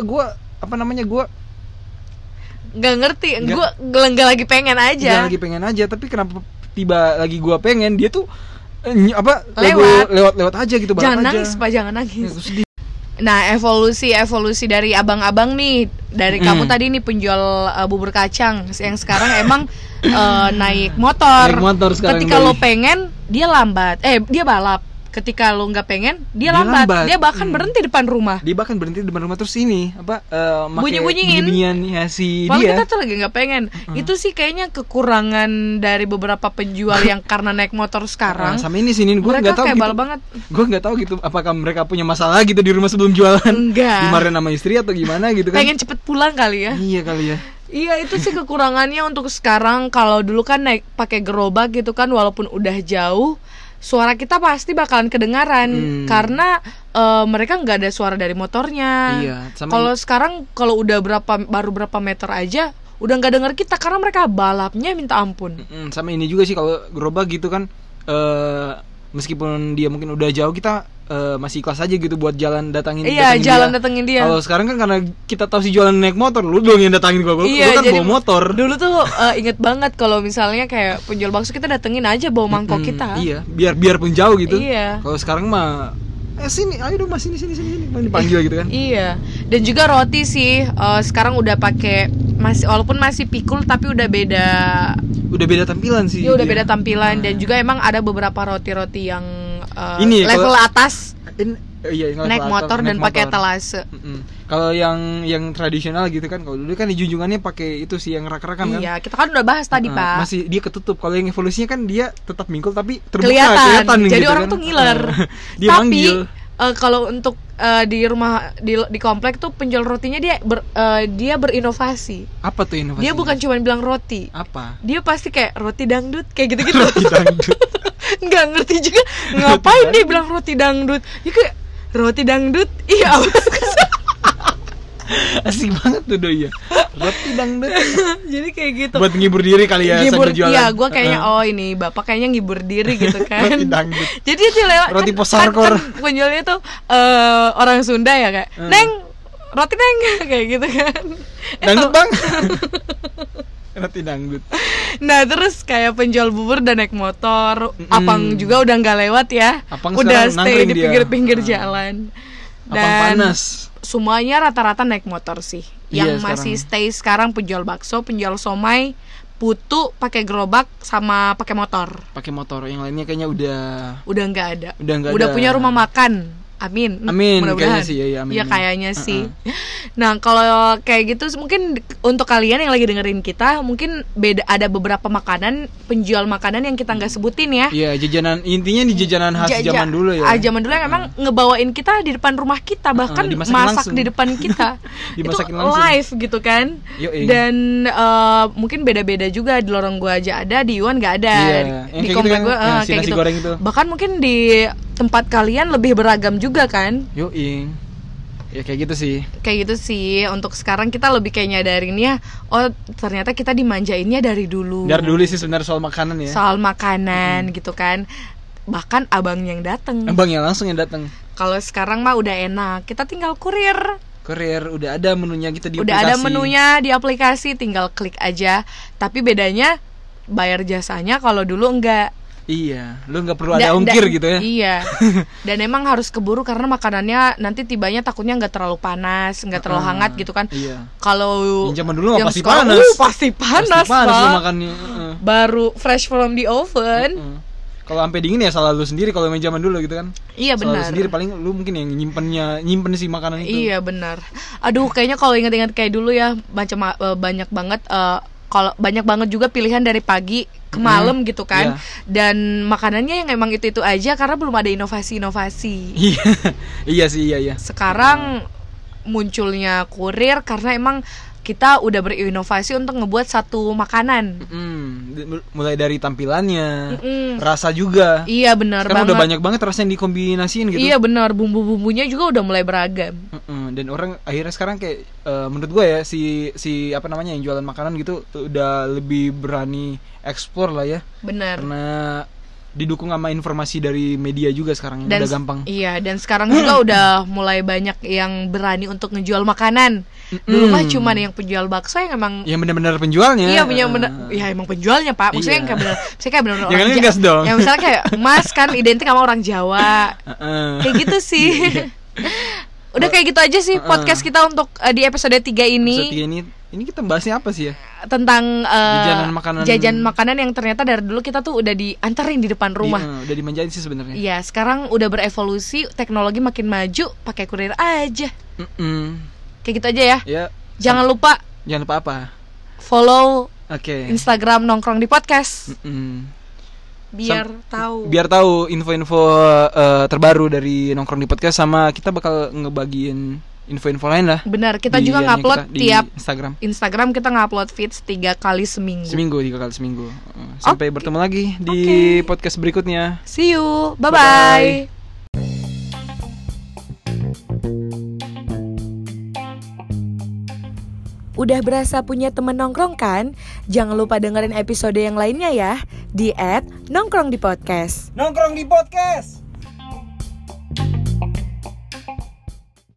Speaker 1: nggak ngerti, gue nggak lagi pengen aja.
Speaker 2: Tapi kenapa tiba lagi gue pengen, dia tuh lewat aja gitu,
Speaker 1: jangan nangis Pak, jangan nangis. Nah, evolusi dari abang-abang nih, dari kamu tadi nih penjual bubur kacang, yang sekarang emang naik motor. Ketika lo pengen dia lambat, dia balap. Ketika lo nggak pengen dia lambat. Dia bahkan berhenti depan rumah.
Speaker 2: Terus ini
Speaker 1: bunyi-bunyiin
Speaker 2: ya si
Speaker 1: dia.
Speaker 2: Kita
Speaker 1: tuh lagi nggak pengen. Itu sih kayaknya kekurangan dari beberapa penjual yang karena naik motor sekarang.
Speaker 2: Sama ini sini gue nggak tahu gitu. Gue nggak tahu gitu. Apakah mereka punya masalah gitu di rumah sebelum jualan?
Speaker 1: Enggak.
Speaker 2: Dimarahin sama istri atau gimana gitu kan?
Speaker 1: Pengen cepet pulang kali ya.
Speaker 2: Iya kali ya.
Speaker 1: Iya, itu sih kekurangannya untuk sekarang. Kalau dulu kan naik pakai gerobak gitu kan, walaupun udah jauh, suara kita pasti bakalan kedengaran karena mereka nggak ada suara dari motornya.
Speaker 2: Iya.
Speaker 1: Kalau sekarang kalau udah baru berapa meter aja udah nggak dengar kita karena mereka balapnya minta ampun.
Speaker 2: Sama ini juga sih kalau gerobak gitu kan, meskipun dia mungkin udah jauh, kita masih ikhlas aja gitu buat jalan datangin
Speaker 1: datengin dia.
Speaker 2: Kalau sekarang kan karena kita tahu si jualan naik motor, lu dong yang datangin gua kan bawa motor.
Speaker 1: Dulu tuh inget banget kalau misalnya kayak penjual bakso kita datengin aja bawa mangkok kita.
Speaker 2: Iya, biar pun jauh gitu.
Speaker 1: Iya.
Speaker 2: Kalau sekarang mah sini, ayo dong mas, sini dipanggil gitu kan.
Speaker 1: Iya. Dan juga roti sih sekarang udah pakai walaupun masih pikul tapi udah beda
Speaker 2: tampilan sih.
Speaker 1: Iya, udah beda tampilan. Dan juga emang ada beberapa roti yang
Speaker 2: ini
Speaker 1: level atas.
Speaker 2: Naik
Speaker 1: motor dan pakai etalase.
Speaker 2: Kalau yang tradisional gitu kan, kalau dulu kan di junjungannya pakai itu sih yang rak-rakan kan.
Speaker 1: Iya, kita kan udah bahas tadi, Pak.
Speaker 2: Masih dia ketutup. Kalau yang evolusinya kan dia tetap mingkul tapi terbuka,
Speaker 1: kelihatan
Speaker 2: jadi
Speaker 1: gitu orang kan tuh ngiler.
Speaker 2: Dia
Speaker 1: tapi
Speaker 2: manggil.
Speaker 1: Kalau untuk di rumah di komplek tuh penjual rotinya dia berinovasi.
Speaker 2: Apa tuh inovasi?
Speaker 1: Dia bukan cuma bilang roti.
Speaker 2: Apa?
Speaker 1: Dia pasti kayak roti dangdut kayak gitu-gitu.
Speaker 2: Roti dangdut.
Speaker 1: Nggak ngerti juga ngapain dia bilang roti dangdut. Ya kayak roti dangdut. Iya.
Speaker 2: Asik banget tuh doi ya. Roti dangdut.
Speaker 1: Jadi kayak gitu.
Speaker 2: Buat ngibur diri kali ya sambil jualan.
Speaker 1: Iya, gue kayaknya ini bapak kayaknya ngibur diri gitu kan.
Speaker 2: Roti dangdut.
Speaker 1: Jadi dia lewat
Speaker 2: roti posarkor.
Speaker 1: Kan penjualnya tuh orang Sunda ya kayak, "Neng, roti neng." kayak gitu kan.
Speaker 2: Dangdut, Bang. Roti dangdut.
Speaker 1: Nah terus kayak penjual bubur dan naik motor, Apang juga udah nggak lewat ya.
Speaker 2: Apang
Speaker 1: udah stay di pinggir-pinggir
Speaker 2: dia.
Speaker 1: jalan.
Speaker 2: Dan Apang panas.
Speaker 1: Semuanya rata-rata naik motor sih. Yang masih stay sekarang penjual bakso, penjual somai, putu pakai gerobak sama pakai motor.
Speaker 2: Pakai motor. Yang lainnya kayaknya udah
Speaker 1: nggak ada.
Speaker 2: Udah
Speaker 1: punya rumah makan. Amin.
Speaker 2: Mudah-mudahan sih ya, amin.
Speaker 1: Ya kayaknya sih. Nah, kalau kayak gitu mungkin untuk kalian yang lagi dengerin kita, mungkin ada beberapa makanan, penjual makanan yang kita nggak sebutin ya.
Speaker 2: Iya, jajanan intinya di jajanan khas zaman dulu ya.
Speaker 1: Zaman dulu yang emang ngebawain kita di depan rumah kita, bahkan masak langsung di depan kita. Itu live gitu kan. Dan mungkin beda-beda juga, di lorong gua aja ada, di Iwan nggak ada. Di komplek gua kayak gitu. Bahkan mungkin di tempat kalian lebih beragam juga kan?
Speaker 2: Ya kayak gitu sih.
Speaker 1: Kayak gitu sih. Untuk sekarang kita lebih kayak nyadarin ya, oh ternyata kita dimanjainnya dari dulu.
Speaker 2: Dari dulu sih sebenarnya soal makanan ya.
Speaker 1: Soal makanan gitu kan. Bahkan abang yang datang.
Speaker 2: Abangnya langsung yang datang.
Speaker 1: Kalau sekarang mah udah enak. Kita tinggal kurir.
Speaker 2: Udah ada menunya kita di aplikasi.
Speaker 1: Udah ada menunya di aplikasi, tinggal klik aja. Tapi bedanya bayar jasanya kalau dulu enggak.
Speaker 2: Iya, lu nggak perlu ada ongkir gitu ya.
Speaker 1: Iya. Dan emang harus keburu karena makanannya nanti tibanya takutnya nggak terlalu panas, nggak terlalu hangat gitu kan.
Speaker 2: Iya.
Speaker 1: Kalau
Speaker 2: zaman dulu mah pasti panas.
Speaker 1: Pasti panas
Speaker 2: makannya.
Speaker 1: Baru fresh from the oven.
Speaker 2: Kalau sampai dingin ya salah lu sendiri kalau main zaman dulu gitu kan.
Speaker 1: Iya benar.
Speaker 2: Salah sendiri, paling lu mungkin yang nyimpen si makanan itu.
Speaker 1: Iya benar. Aduh, kayaknya kalau ingat-ingat kayak dulu ya banyak banget kalau banyak banget juga pilihan dari pagi ke malam gitu kan. Dan makanannya yang emang itu aja karena belum ada inovasi-inovasi.
Speaker 2: Iya sih.
Speaker 1: Sekarang munculnya kurir karena emang kita udah berinovasi untuk ngebuat satu makanan.
Speaker 2: Mulai dari tampilannya, rasa juga.
Speaker 1: Iya benar banget.
Speaker 2: Sekarang udah banyak banget rasa yang dikombinasiin gitu.
Speaker 1: Iya benar, bumbu-bumbunya juga udah mulai beragam.
Speaker 2: Dan orang akhirnya sekarang kayak menurut gue ya si apa namanya yang jualan makanan gitu udah lebih berani explore lah ya.
Speaker 1: Benar.
Speaker 2: Karena didukung sama informasi dari media juga sekarang, udah gampang.
Speaker 1: Iya, dan sekarang juga udah mulai banyak yang berani untuk ngejual makanan. Dulu mah cuma yang penjual bakso yang emang
Speaker 2: yang benar-benar penjualnya.
Speaker 1: Iya, benar-benar. Ya emang penjualnya, Pak. Maksudnya yang kayak benar, saya kayak benar-benar
Speaker 2: orang Jawa.
Speaker 1: Yang misalnya kayak Mas kan identik sama orang Jawa. Kayak gitu sih. Udah kayak gitu aja sih podcast kita untuk di episode 3 ini.
Speaker 2: Episode 3 ini kita bahasnya apa sih ya?
Speaker 1: Tentang jajanan makanan yang ternyata dari dulu kita tuh udah diantarin di depan rumah.
Speaker 2: Udah dimanjain sih sebenarnya.
Speaker 1: Iya, sekarang udah berevolusi, teknologi makin maju, pakai kurir aja. Kayak gitu aja ya. Jangan lupa
Speaker 2: apa?
Speaker 1: Follow Instagram Nongkrong di Podcast. Biar tahu
Speaker 2: info-info terbaru dari Nongkrong di Podcast, sama kita bakal ngebagiin info-info lain lah.
Speaker 1: Benar, kita juga ngupload tiap
Speaker 2: Instagram
Speaker 1: kita ngupload feeds 3 kali seminggu.
Speaker 2: 3 kali seminggu. Sampai bertemu lagi di podcast berikutnya.
Speaker 1: See you. Bye-bye. Udah berasa punya temen nongkrong kan? Jangan lupa dengerin episode yang lainnya ya di @nongkrong di podcast.
Speaker 2: Nongkrong di podcast.